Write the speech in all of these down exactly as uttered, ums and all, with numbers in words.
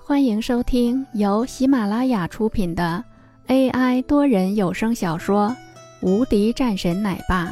欢迎收听由喜马拉雅出品的 A I 多人有声小说《无敌战神奶爸》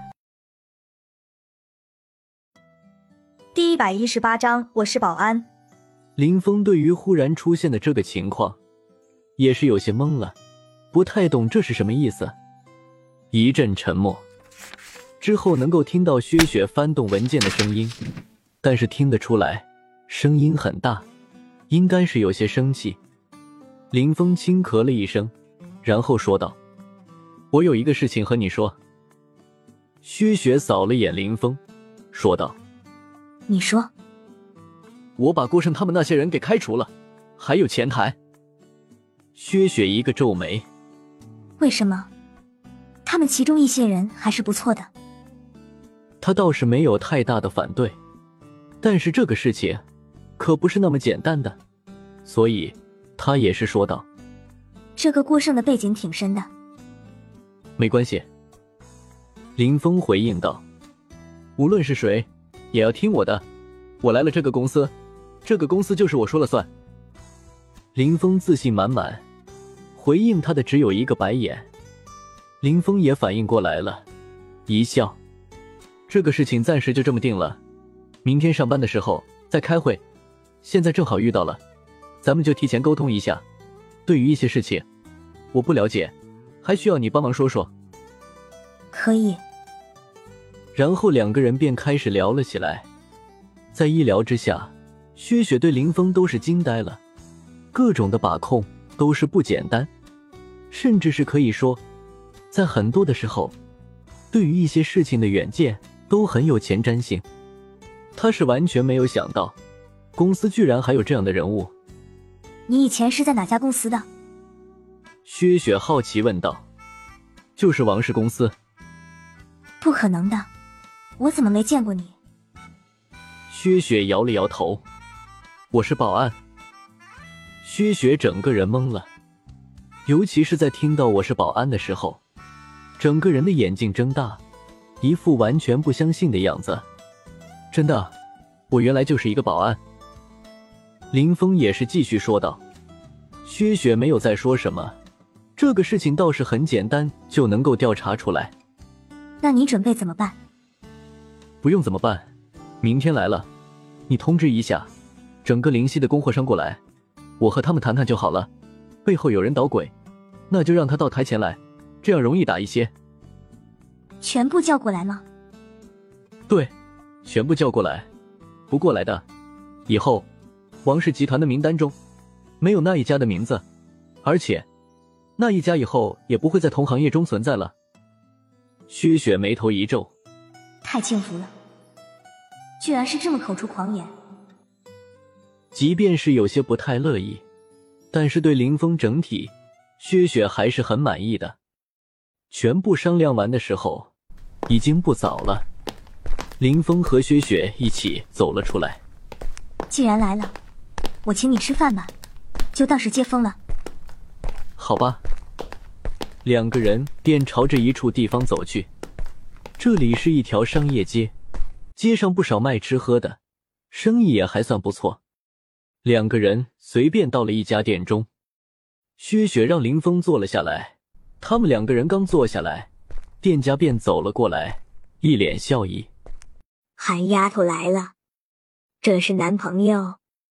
第一百一十八章，我是保安。 林峰对于忽然出现的这个情况也是有些懵了，不太懂这是什么意思。一阵沉默之后，能够听到薛雪翻动文件的声音，但是听得出来声音很大，应该是有些生气。林峰轻咳了一声，然后说道：我有一个事情和你说。薛雪扫了眼林峰，说道： 你说。 我把郭胜他们那些人给开除了，还有前台。薛雪一个皱眉。 为什么？他们其中一些人还是不错的。 他倒是没有太大的反对，但是这个事情可不是那么简单的，所以他也是说道： 这个郭胜的背景挺深的。 没关系。林峰回应道：无论是谁也要听我的，我来了这个公司，这个公司就是我说了算。林峰自信满满，回应他的只有一个白眼。林峰也反应过来了，一笑：这个事情暂时就这么定了，明天上班的时候再开会，现在正好遇到了，咱们就提前沟通一下，对于一些事情我不了解，还需要你帮忙说说。 可以。 然后两个人便开始聊了起来。在一聊之下，薛雪对林峰都是惊呆了，各种的把控都是不简单，甚至是可以说在很多的时候对于一些事情的远见都很有前瞻性。他是完全没有想到公司居然还有这样的人物。 你以前是在哪家公司的？ 薛雪好奇问道。就是王氏公司。 不可能的，我怎么没见过你？ 薛雪摇了摇头。我是保安。薛雪整个人懵了，尤其是在听到我是保安的时候，整个人的眼睛睁大，一副完全不相信的样子。真的，我原来就是一个保安。林峰也是继续说道。薛雪没有再说什么，这个事情倒是很简单就能够调查出来。 那你准备怎么办？ 不用怎么办，明天来了，你通知一下整个灵犀的供货商过来，我和他们谈谈就好了。背后有人捣鬼，那就让他到台前来，这样容易打一些。 全部叫过来吗？ 对，全部叫过来，不过来的以后王氏集团的名单中没有那一家的名字，而且那一家以后也不会在同行业中存在了。薛雪眉头一皱。 太幸福了，居然是这么口出狂言。 即便是有些不太乐意，但是对林峰整体薛雪还是很满意的。全部商量完的时候已经不早了，林峰和薛雪一起走了出来。 既然来了，我请你吃饭吧，就当是接风了。 好吧。两个人便朝着一处地方走去。这里是一条商业街，街上不少卖吃喝的，生意也还算不错。两个人随便到了一家店中，薛雪让林峰坐了下来。他们两个人刚坐下来，店家便走了过来，一脸笑意。 韩丫头来了，这是男朋友。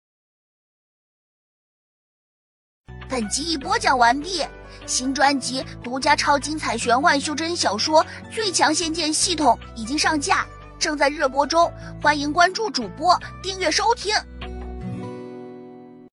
本集已播讲完毕，新专辑独家超精彩玄幻修真小说《最强仙剑系统》已经上架，正在热播中，欢迎关注主播，订阅收听。